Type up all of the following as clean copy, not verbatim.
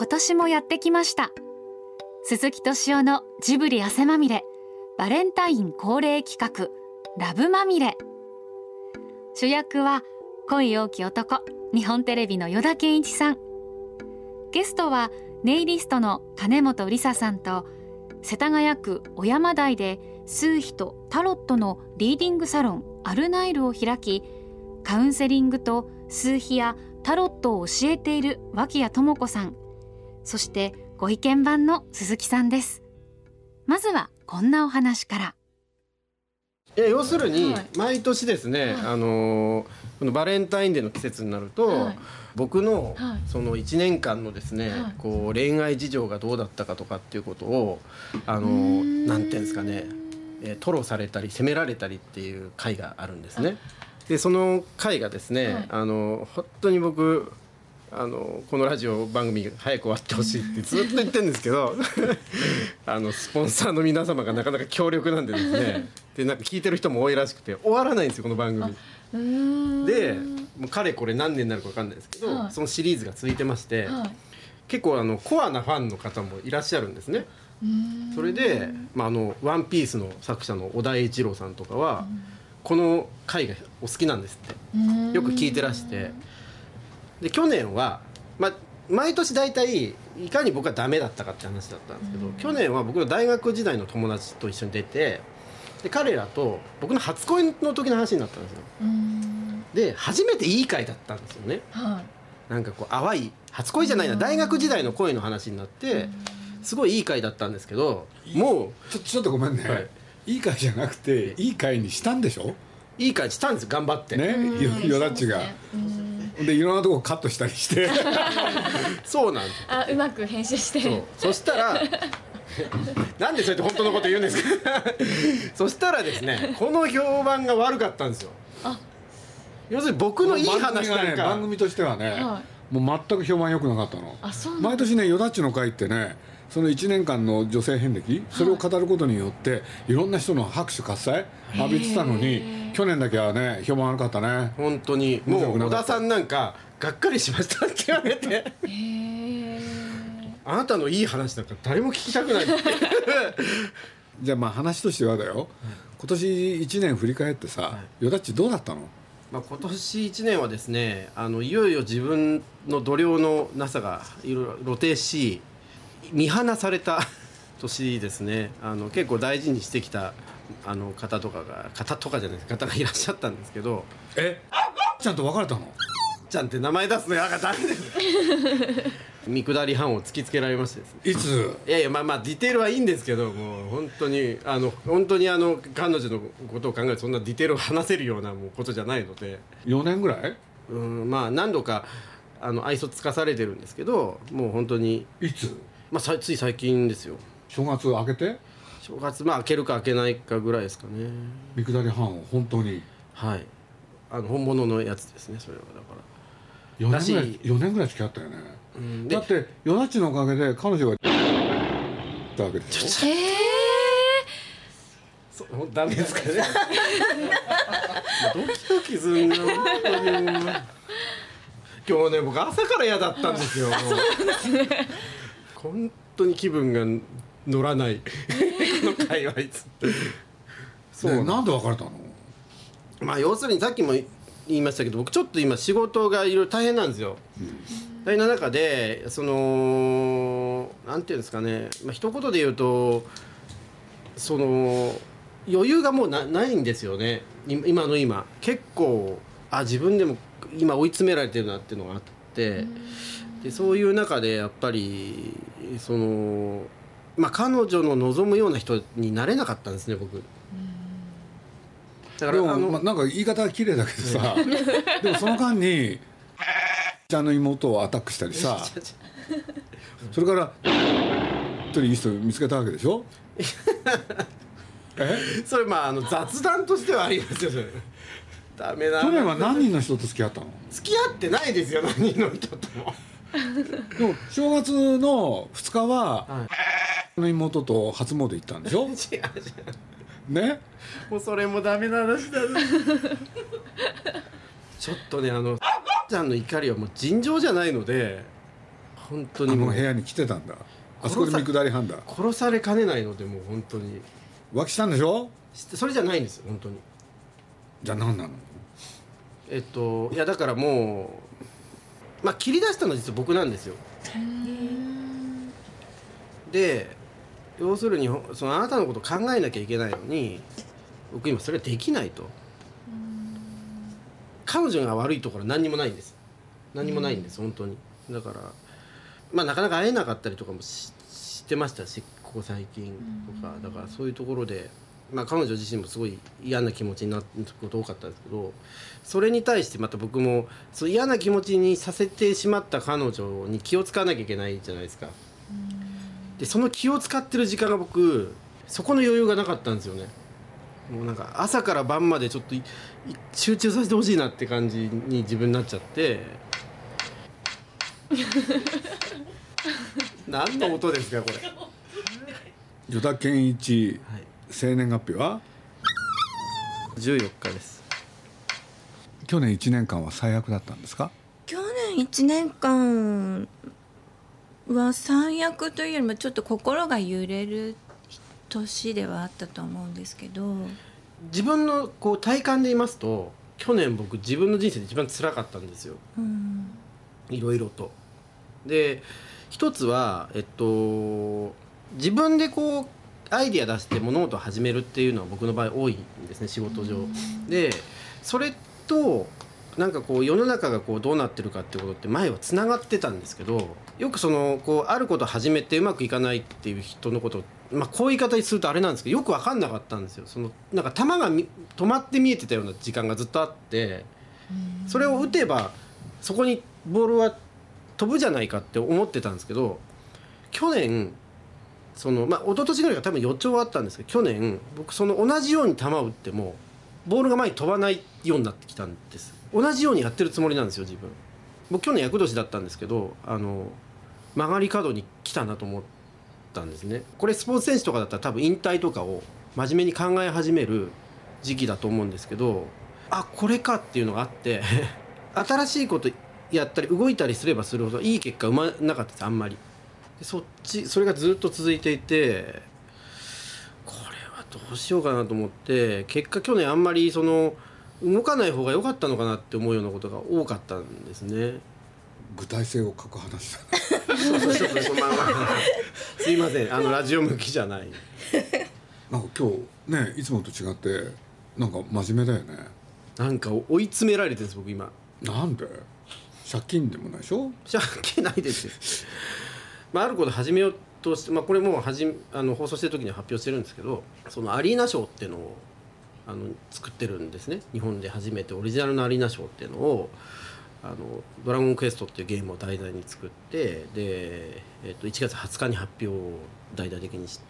今年もやってきました。鈴木敏夫のジブリ汗まみれバレンタイン恒例企画ラブまみれ。主役は恋多き男、日本テレビの依田健一さん。ゲストはネイリストの金本梨沙さんと、世田谷区小山台で数秘とタロットのリーディングサロンアルナイルを開き、カウンセリングと数秘やタロットを教えている脇谷智子さん、そしてご意見番の鈴木さんです。まずはこんなお話から。 要するに毎年ですね、このバレンタインデーの季節になると、僕のその1年間のですね、こう恋愛事情がどうだったかとかっていうことをなんていうんですかね、吐露されたり責められたりっていう回があるんですね。でその回がですね、本当に僕このラジオ番組早く終わってほしいってずっと言ってるんですけどスポンサーの皆様がなかなか強力なんでですね、でなんか聞いてる人も多いらしくて終わらないんですよこの番組で。もうかれこれ何年になるか分かんないですけど、そのシリーズが続いてまして、結構コアなファンの方もいらっしゃるんですね。それで、ワンピースの作者の小田栄一郎さんとかは、この回がお好きなんですって、よく聞いてらして、で去年は、毎年大体いかに僕はダメだったかって話だったんですけど、去年は僕の大学時代の友達と一緒に出て、で彼らと僕の初恋の時の話になったんですよ。で初めていい回だったんですよね。なんかこう淡い初恋じゃないな、大学時代の恋の話になって、すごいいい回だったんですけど、もうちょっとごめんね、いい回じゃなくていい回にしたんでしょ。 いい回したんですよ、頑張ってね、よだっちがでいろんなとこカットしたりしてそうなんです。 うまく編集して。 そしたらなんでそうやって本当のこと言うんですかそしたらですね、この評判が悪かったんですよ。要するに僕のいい話なんか番組としてはね、もう全く評判良くなかったの。毎年ね、よだっちの会ってね、その1年間の女性遍歴、それを語ることによっていろんな人の拍手喝采浴びてたのに、去年だけはね評判悪かったね。 本当にもう小田さんなんかがっかりしましたって言われてあなたのいい話なんか誰も聞きたくないってじゃあ話としてはだよ、今年1年振り返ってさ、よだっちどうだったの？ 今年1年はですね、いよいよ自分の度量のなさがいろいろ露呈し、見放された年ですね。結構大事にしてきた方とかがいらっしゃったんですけど。 ちゃんと別れたの？ ちゃんって名前出すのやがダメです見下り班を突きつけられましてですね。 いつ？ いやディテールはいいんですけど、もう本当に彼女のことを考えるとそんなディテールを話せるようなもうことじゃないので。 4年ぐらい？ 何度か愛想つかされてるんですけど、もう本当に。 いつ？ つい最近ですよ。 正月明けて？ 正月明けるか明けないかぐらいですかね。 見下り班を本当に？ はい、本物のやつですね。それはだから 4年ぐらい付き合ったよね。だってよだっちのおかげで彼女がったわけでしょ。 ダメですかねドキドキするな今日ね、僕朝から嫌だったんですよそうですね、本当に気分が乗らないこの会話そうなんで別れたの？ 要するにさっきも言いましたけど、僕ちょっと今仕事がいろいろ大変なんですよ。大変な中でなんていうんですかね、一言で言うと余裕がもうないんですよね。今結構自分でも今追い詰められてるなっていうのがあって、でそういう中でやっぱり彼女の望むような人になれなかったんですね、僕。だからなんか言い方が綺麗だけどさでもその間にちゃんの妹をアタックしたりさそれから一人いい人見つけたわけでしょそれ雑談としてはありますよ。それダメだ。 去年は何人の人と付き合ったの？ 付き合ってないですよ、何人の人ともでも正月の2日は、の妹と初詣行ったんでしょ？違うね、 もうそれもダメな話だちょっとねちゃんの怒りはもう尋常じゃないので、 本当にもう部屋に来てたんだ。あそこで見下り班だ。 殺されかねないので、もう本当に浮気したんでしょ。 それじゃないんですよ本当に。 じゃあ何なの。 いやだからもう切り出したのは実は僕なんですよ。で要するにそのあなたのことを考えなきゃいけないのに、僕今それができないと。彼女が悪いところは何にもないんです。何にもないんです本当に。だからなかなか会えなかったりとかもしてましたし、ここ最近とか。だからそういうところで、彼女自身もすごい嫌な気持ちになること多かったんですけど、それに対してまた僕もそう嫌な気持ちにさせてしまった彼女に気を使わなきゃいけないじゃないですか。でその気を使ってる時間が僕そこの余裕がなかったんですよね。もうなんか朝から晩までちょっと集中させてほしいなって感じに自分になっちゃって何の音ですかこれ。 与田健一、はい、生年月日は 14日です。 去年1年間は最悪だったんですか。 去年1年間は最悪というよりもちょっと心が揺れる年ではあったと思うんですけど、 自分のこう体感で言いますと去年僕自分の人生で一番辛かったんですよ、いろいろと。で一つは自分でこうアイディア出して物事を始めるっていうのは僕の場合多いんですね、仕事上で。それとなんかこう世の中がこうどうなってるかってことって前はつながってたんですけど、よくそのこうあることを始めてうまくいかないっていう人のことを、こういう言い方にするとあれなんですけど、よく分かんなかったんですよ。そのなんか球が止まって見えてたような時間がずっとあって、それを打てばそこにボールは飛ぶじゃないかって思ってたんですけど、去年その一昨年ぐらいが多分予兆はあったんですけど、去年僕その同じように球を打ってもボールが前に飛ばないようになってきたんです。同じようにやってるつもりなんですよ自分。僕去年厄年だったんですけど、曲がり角に来たなと思ったんですね。これスポーツ選手とかだったら多分引退とかを真面目に考え始める時期だと思うんですけど、これかっていうのがあって新しいことやったり動いたりすればするほどいい結果生まなかったですあんまり。でそれがずっと続いていて、これはどうしようかなと思って、結果去年あんまりその動かない方が良かったのかなって思うようなことが多かったんですね。 具体性を書く話だすいません、ラジオ向きじゃない。 なんか今日ねいつもと違ってなんか真面目だよね。 なんか追い詰められてるんです僕今。 なんで？借金でもないでしょ。 借金ないですよあること始めようとして、これもう放送してる時には発表してるんですけど、そのアリーナショーっていうのを作ってるんですね。日本で初めてオリジナルのアリーナショーっていうのをドラゴンクエストっていうゲームを題材に作って、で、1月20日に発表を大々的にして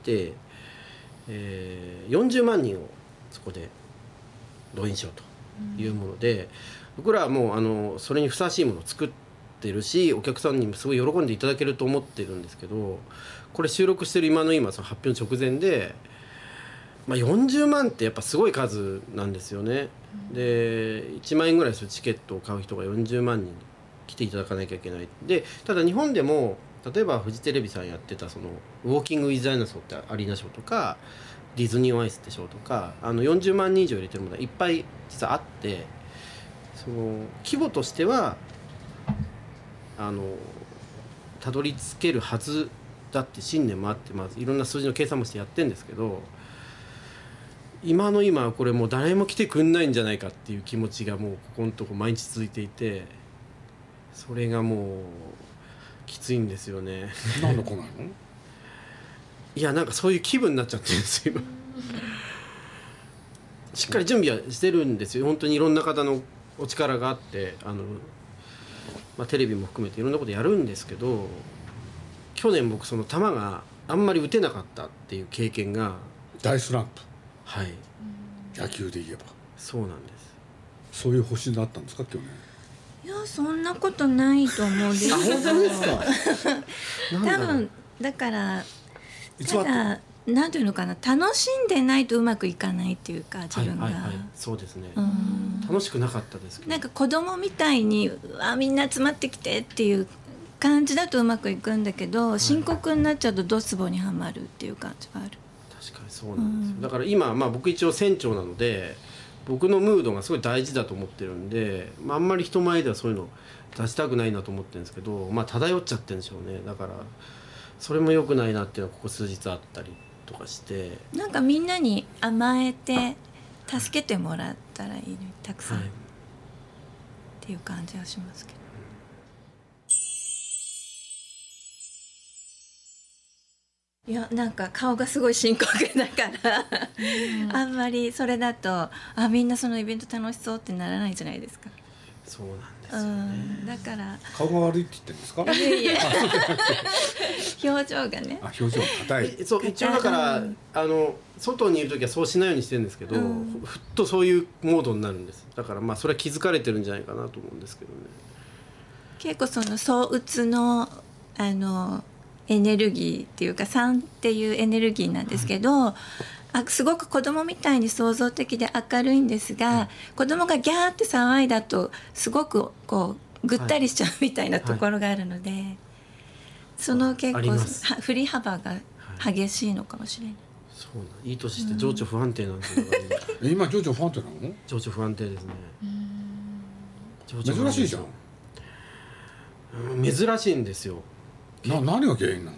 、40万人をそこで動員しようというもので、僕らはもうそれにふさわしいものを作ってるし、お客さんにもすごい喜んでいただけると思ってるんですけど、これ収録してる今その発表直前で、40万ってやっぱすごい数なんですよね。で1万円ぐらいするチケットを買う人が40万人来ていただかなきゃいけない。でただ日本でも例えばフジテレビさんやってたそのウォーキング・ウィズ・ダイナソーってアリーナショーとか、ディズニー・オン・アイスってショーとか40万人以上入れてるものがいっぱい実はあって、その規模としてはたどり着けるはずだって信念もあって、いろんな数字の計算もしてやってるんですけど、今これもう誰も来てくんないんじゃないかっていう気持ちがもうここのとこ毎日続いていて、それがもうきついんですよね。 なんで来ないの？ いやなんかそういう気分になっちゃってるんですよ今しっかり準備はしてるんですよ本当に。いろんな方のお力があってテレビも含めていろんなことやるんですけど、去年僕その球があんまり打てなかったっていう経験が。 大スランプ。 はい、 野球で言えばそうなんです。そういう星だったんですか去年？ いやそんなことないと思うんですけど。 本当ですか多分だからただなんていうのかな、楽しんでないとうまくいかないっていうか自分が、 そうですね、楽しくなかったですけど、 なんか子供みたいにみんな集まってきてっていう感じだとうまくいくんだけど、深刻になっちゃうとドツボにはまるっていう感じはある。 確かにそうなんですよ、だから今、僕一応船長なので僕のムードがすごい大事だと思ってるんで、あんまり人前ではそういうの出したくないなと思ってるんですけど、漂っちゃってるんでしょうね。だからそれも良くないなっていうのはここ数日あったりとかして、 なんかみんなに甘えて助けてもらったらいいね、たくさん、っていう感じはしますけど。いや、なんか顔がすごい深刻だからあんまりそれだとみんなそのイベント楽しそうってならないじゃないですか。 そうなんですよね、 だから顔が悪いって言ってるんですか？ いや表情がね、 表情が硬い。 そう一応だから外にいる時はそうしないようにしてるんですけど、ふっとそういうモードになるんです。だからそれは気づかれてるんじゃないかなと思うんですけどね。 結構その相うつのエネルギーっていうか酸っていうエネルギーなんですけど、すごく子供みたいに創造的で明るいんですが、子供がギャーって騒いだとすごくこうぐったりしちゃうみたいなところがあるので、その結構振り幅が激しいのかもしれない。 そうなん、いい年して情緒不安定なんですよ、 今情緒不安定なの？ 情緒不安定ですね。 珍しいじゃん。 珍しいんですよ。 何が原因なの？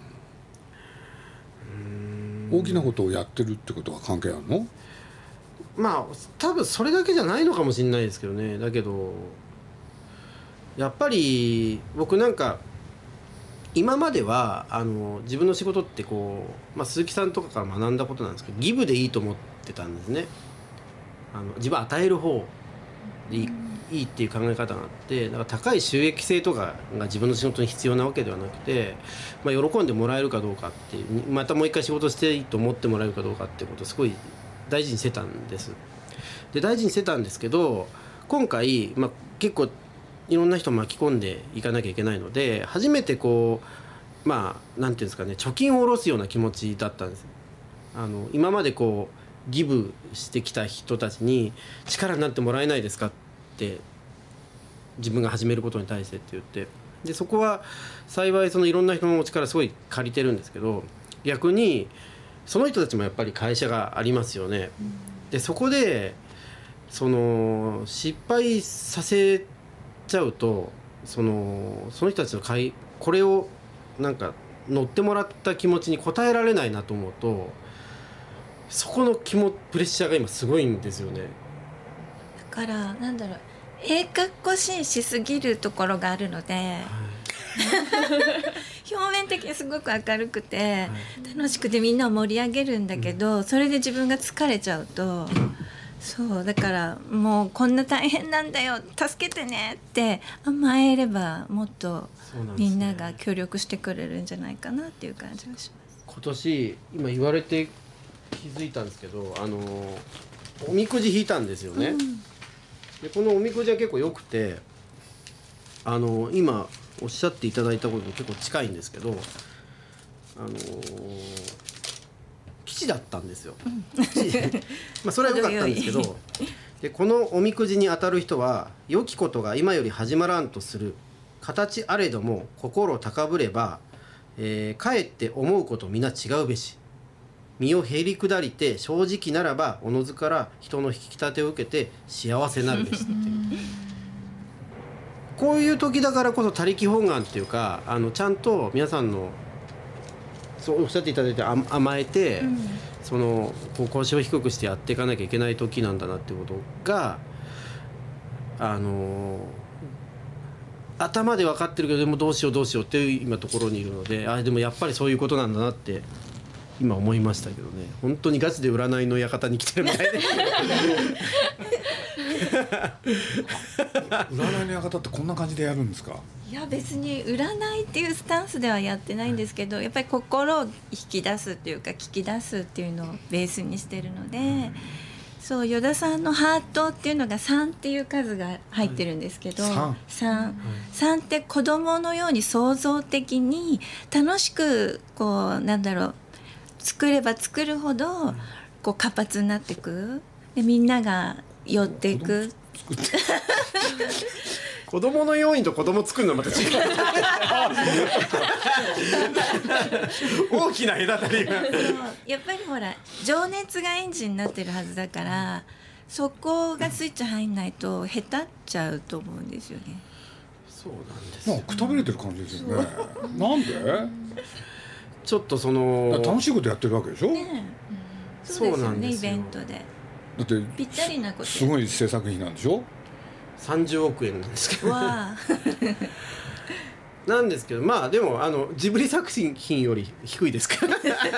大きなことをやってるってことが関係あるの？ 多分それだけじゃないのかもしれないですけどね。だけどやっぱり僕なんか今までは自分の仕事って鈴木さんとかから学んだことなんですけど、ギブでいいと思ってたんですね。自分与える方でいいっていう考え方があって、だから高い収益性とかが自分の仕事に必要なわけではなくて、喜んでもらえるかどうかっていう、またもう一回仕事していいと思ってもらえるかどうかっていうことをすごい大事にしてたんです。で大事にしてたんですけど、今回、結構いろんな人巻き込んでいかなきゃいけないので、初めてなんていうんですかね、貯金を下ろすような気持ちだったんです。今までギブしてきた人たちに力になってもらえないですかって自分が始めることに対してって言って、でそこは幸いいろんな人の力すごい借りてるんですけど、逆にその人たちもやっぱり会社がありますよね。でそこで失敗させちゃうとその人たちのこれをなんか乗ってもらった気持ちに応えられないなと思うと、そこのプレッシャーが今すごいんですよね。 だからかっこしすぎるところがあるので、表面的にすごく明るくて、楽しくてみんなを盛り上げるんだけど、それで自分が疲れちゃうと、そうだからもうこんな大変なんだよ助けてねって甘えればもっとみんなが協力してくれるんじゃないかなっていう感じがします。 今年今言われて気づいたんですけど、おみくじ引いたんですよね。でこのおみくじは結構良くて、今おっしゃっていただいたことと結構近いんですけど、吉だったんですよ。それは良かったんですけどでこのおみくじに当たる人は、良きことが今より始まらんとする形あれども心高ぶれば、かえって思うこと皆違うべし、身をへり下りて正直ならばおのずから人の引き立てを受けて幸せなるべしっていうこういう時だからこそ他力本願っていうか、ちゃんと皆さんのそうおっしゃっていただいて甘えて、腰を低くしてやっていかなきゃいけない時なんだなっていうことが頭で分かってるけど、でもどうしようっていう今ところにいるので、でもやっぱりそういうことなんだなって今思いましたけどね。本当にガチで占いの館に来てるみたいで占いの館ってこんな感じでやるんですか？ いや別に占いっていうスタンスではやってないんですけど、やっぱり心を引き出すっていうか聞き出すっていうのをベースにしてるので、そう依田さんのハートっていうのが3っていう数が入ってるんですけど、3って子供のように創造的に楽しく作れば作るほど活発になっていく。でみんなが寄っていく子供の要因と子供作るのはまた違う大きな隔たりがやっぱりほら情熱がエンジンになってるはずだから、そこがスイッチ入んないとへたっちゃうと思うんですよね。 そうなんですよ、 くたびれてる感じですよね。なんでちょっとその楽しいことやってるわけでしょ、 ね、そうですよね。イベントでだってぴったりなことすごい制作費なんでしょ。 30億円なんですけどわなんですけど、まあでもジブリ作品より低いですから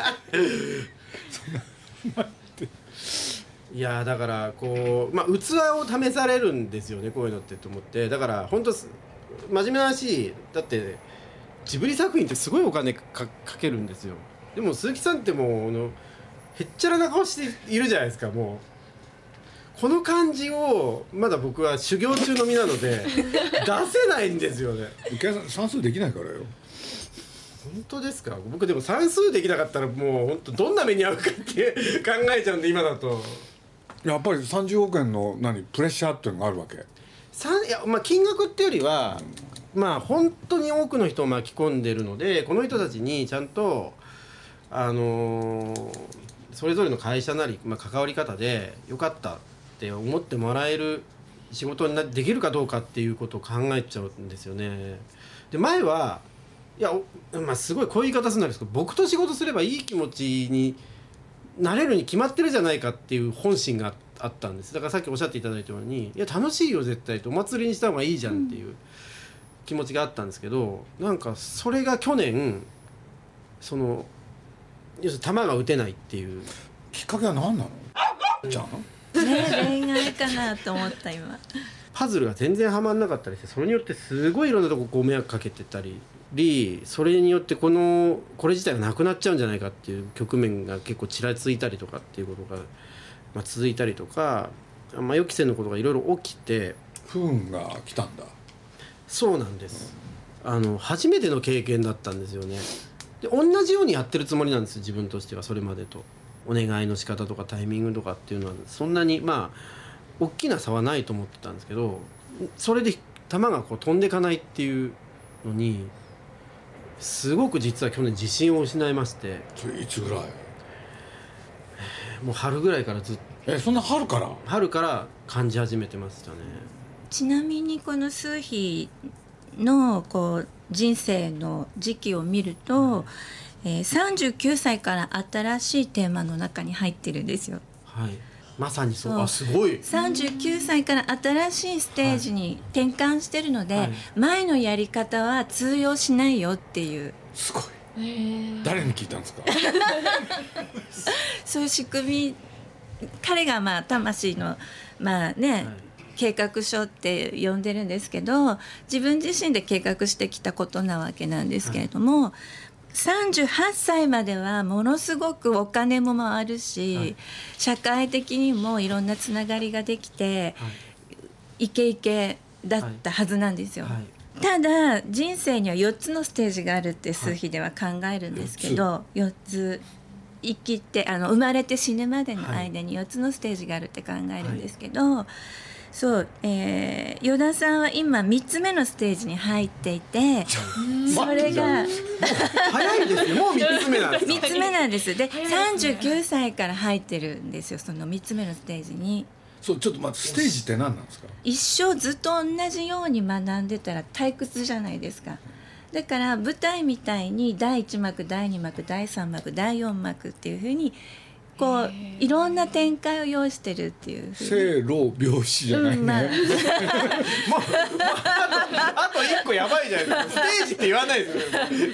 いやだからこう、器を試されるんですよね、こういうのってと思って。だから本当真面目な話だって、ジブリ作品ってすごいお金 かけるんですよ。でも鈴木さんってもうへっちゃらな顔しているじゃないですか。もうこの感じをまだ僕は修行中の身なので出せないんですよね。 算数できないからよ。 本当ですか。僕でも算数できなかったらもう本当どんな目に遭うかって考えちゃうんで、今だとやっぱり30億円のプレッシャーっていうのがあるわけ。 いや、金額っていうよりは、本当に多くの人を巻き込んでるので、この人たちにちゃんとそれぞれの会社なり、関わり方でよかったって思ってもらえる仕事にできるかどうかっていうことを考えちゃうんですよね。で前はいや、すごいこういう言い方するんですけど、僕と仕事すればいい気持ちになれるに決まってるじゃないかっていう本心があったんです。だからさっきおっしゃっていただいたように、いや楽しいよ絶対と、お祭りにした方がいいじゃんっていう気持ちがあったんですけど、なんかそれが去年要するに球が打てないっていうきっかけは何なのじゃあね、恋愛かなと思った今。 パズルが全然はまんなかったりして、それによってすごいいろんなとこご迷惑かけてたり、それによってこれ自体がなくなっちゃうんじゃないかっていう局面が結構ちらついたりとかっていうことが、続いたりとか、予期せぬことがいろいろ起きて不運が来たんだ。 そうなんです、初めての経験だったんですよね。で同じようにやってるつもりなんですよ、自分としては。それまでとお願いの仕方とかタイミングとかっていうのはそんなに大きな差はないと思ってたんですけど、それで球が飛んでいかないっていうのにすごく実は去年自信を失いまして。 それいつぐらい？ もう春ぐらいからずっと。 そんな春から感じ始めてましたね。 ちなみにこの数日の人生の時期を見ると、39歳から新しいテーマの中に入ってるんですよ。 はい、まさにそう。すごい。 39歳から新しいステージに転換してるので、前のやり方は通用しないよっていう。 すごい。誰に聞いたんですか？ そういう仕組み、彼が魂の計画書って呼んでるんですけど、自分自身で計画してきたことなわけなんですけれども、38歳まではものすごくお金も回るし、社会的にもいろんなつながりができて、イケイケだったはずなんですよ。ただ人生には4つのステージがあるって数比では考えるんですけど、4つ生きて生まれて死ぬまでの間に4つのステージがあるって考えるんですけど、そう、依田さんは今3つ目のステージに入っていて、それが早いですよ。もう3つ目なんですか？ 3つ目なんです。で39歳から入ってるんですよ、その3つ目のステージに。 そう、ちょっとステージって何なんですか？ 一生ずっと同じように学んでたら退屈じゃないですか。だから舞台みたいに第1幕第2幕第3幕第4幕っていう風にいろんな展開を用意してるっていう。 生老病死じゃないね、もうあと1個やばいじゃないですか。ステージって言わないですよ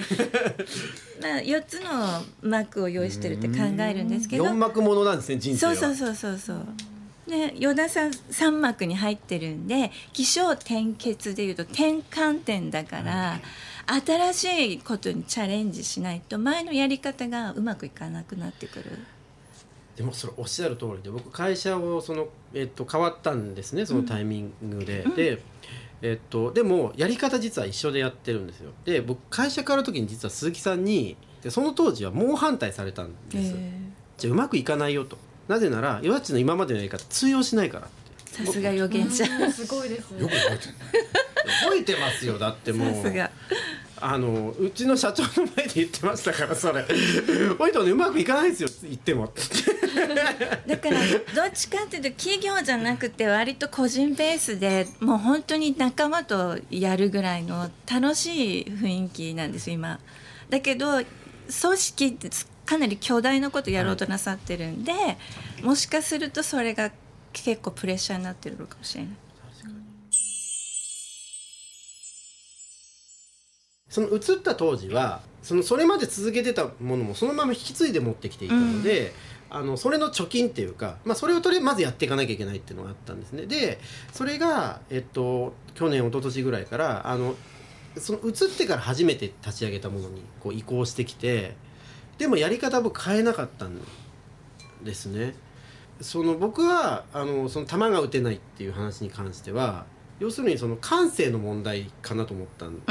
4つの幕を用意してるって考えるんですけど、 4幕ものなんですね、人生は。 そうで、依田さん3幕に入ってるんで、起承転結でいうと転換点だから、新しいことにチャレンジしないと前のやり方がうまくいかなくなってくる。 でもそれおっしゃる通りで、僕会社を変わったんですね、そのタイミングで。でもやり方実は一緒でやってるんですよ。で僕会社変わる時に実は鈴木さんにその当時は猛反対されたんです。じゃあうまくいかないよと。なぜならヨダッチの今までのやり方通用しないからって。 さすが予言者。 すごいです。 よく覚えてるね。 覚えてますよ。だってもうさすがうちの社長の前で言ってましたから、それおいとねうまくいかないですよ言ってもだからどっちかっていうと企業じゃなくて割と個人ベースでもう本当に仲間とやるぐらいの楽しい雰囲気なんです今。だけど組織ってかなり巨大なことやろうとなさってるんで、もしかするとそれが結構プレッシャーになってるのかもしれない。 その移った当時はそれまで続けてたものもそのまま引き継いで持ってきていたので、それの貯金っていうか、それをまずやっていかなきゃいけないっていうのがあったんですね。でそれが、去年一昨年ぐらいからその移ってから初めて立ち上げたものにこう移行してきて、でもやり方を変えなかったんですね。僕はその球が打てないっていう話に関しては要するにその感性の問題かなと思ったんです。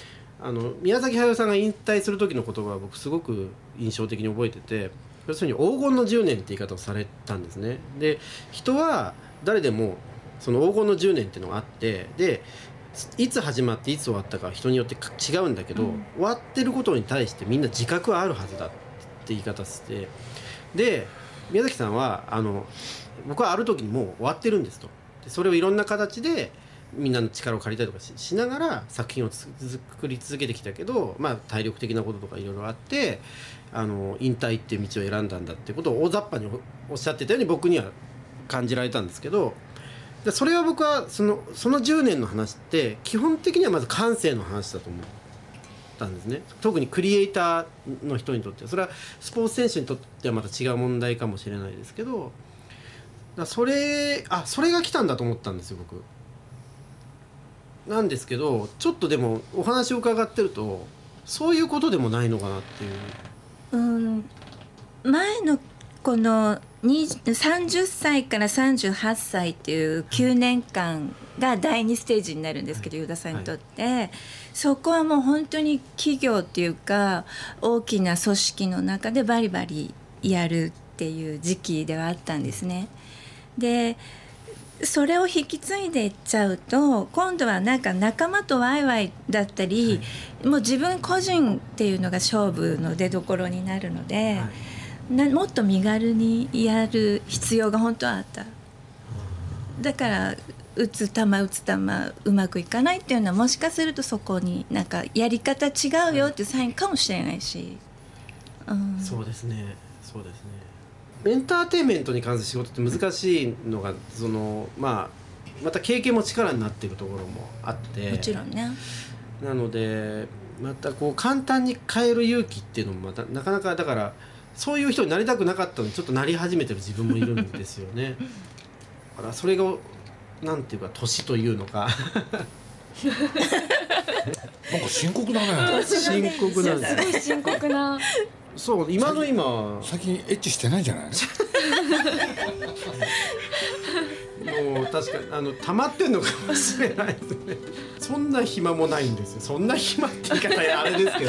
宮崎駿さんが引退する時の言葉は僕すごく印象的に覚えてて、要するに黄金の10年って言い方をされたんですね。で人は誰でもその黄金の10年っていうのがあって、でいつ始まっていつ終わったか人によって違うんだけど、終わってることに対してみんな自覚はあるはずだって言い方して、で宮崎さんは僕はある時にもう終わってるんですと。でそれをいろんな形でみんなの力を借りたりとか しながら作品を作り続けてきたけど、体力的なこととかいろいろあって引退っていう道を選んだんだってことを大雑把におっしゃってたように僕には感じられたんですけど、それは僕はその10年の話って基本的にはまず感性の話だと思ったんですね。特にクリエイターの人にとっては、それはスポーツ選手にとってはまた違う問題かもしれないですけど、それが来たんだと思ったんですよ僕。なんですけどちょっとでもお話を伺ってるとそういうことでもないのかなっていう。 前のこの30歳から38歳っていう9年間が第2ステージになるんですけど、ユダさんにとって、そこはもう本当に企業っていうか大きな組織の中でバリバリやるっていう時期ではあったんですね。でそれを引き継いでいっちゃうと今度はなんか仲間とワイワイだったり、もう自分個人っていうのが勝負の出どころになるので、もっと身軽にやる必要が本当はあった。だから打つ球うまくいかないっていうのはもしかするとそこになんかやり方違うよっていうサインかもしれないし、 そうですねエンターテインメントに関する仕事って難しいのがまた経験も力になっているところもあって、 もちろんね。 なのでまたこう簡単に変える勇気っていうのもまたなかなか、だからそういう人になりたくなかったのにちょっとなり始めてる自分もいるんですよね。だからそれがなんていうか年というのかなんか深刻だね。 深刻なんですよ。 深刻な。 そう今最近エッチしてないんじゃない？ もう確かに溜まってんのかもしれないですね。そんな暇もないんですよ。そんな暇って言い方あれですけど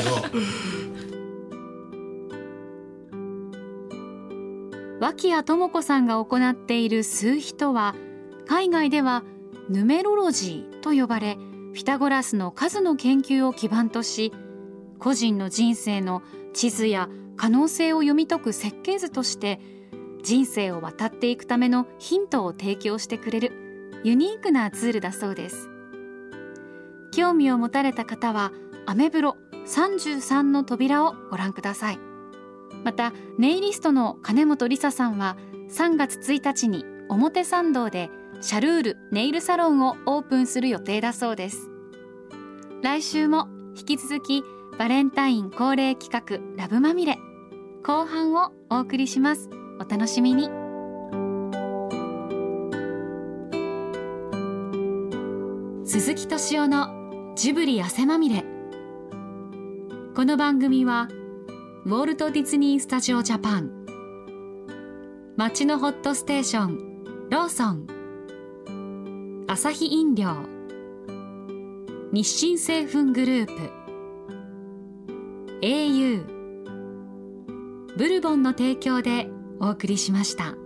脇谷智子さんが行っている数秘とは、海外ではヌメロロジーと呼ばれ、ピタゴラスの数の研究を基盤とし、個人の人生の地図や可能性を読み解く設計図として人生を渡っていくためのヒントを提供してくれるユニークなツールだそうです。興味を持たれた方はアメブロ33の扉をご覧ください。またネイリストの金本梨沙さんは3月1日に表参道でシャルールネイルサロンをオープンする予定だそうです。来週も引き続きバレンタイン恒例企画ラブまみれ後半をお送りします。お楽しみに。鈴木敏夫のジブリ汗まみれ。この番組はウォルト・ディズニー・スタジオ・ジャパン、街のホットステーションローソン、アサヒ飲料、日清製粉グループ、au、ブルボンの提供でお送りしました。